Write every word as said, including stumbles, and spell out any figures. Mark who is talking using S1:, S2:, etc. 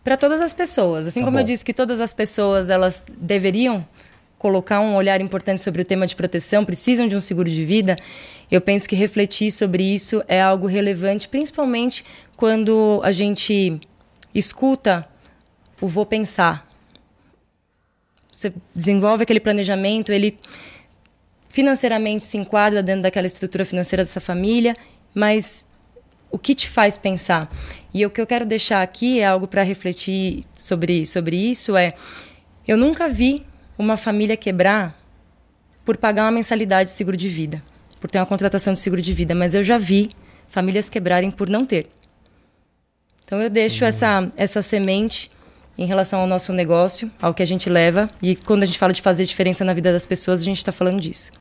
S1: para todas as pessoas. Assim
S2: Tá
S1: como
S2: bom.
S1: eu disse que todas as pessoas elas deveriam colocar um olhar importante sobre o tema de proteção, precisam de um seguro de vida, eu penso que refletir sobre isso é algo relevante, principalmente quando a gente escuta o vou pensar. Você desenvolve aquele planejamento, ele financeiramente se enquadra dentro daquela estrutura financeira dessa família, mas o que te faz pensar? E o que eu quero deixar aqui é algo para refletir sobre, sobre isso, é eu nunca vi uma família quebrar por pagar uma mensalidade de seguro de vida, por ter uma contratação de seguro de vida, mas eu já vi famílias quebrarem por não ter. Então eu deixo uhum. essa, essa semente em relação ao nosso negócio, ao que a gente leva, e quando a gente fala de fazer diferença na vida das pessoas, a gente está falando disso.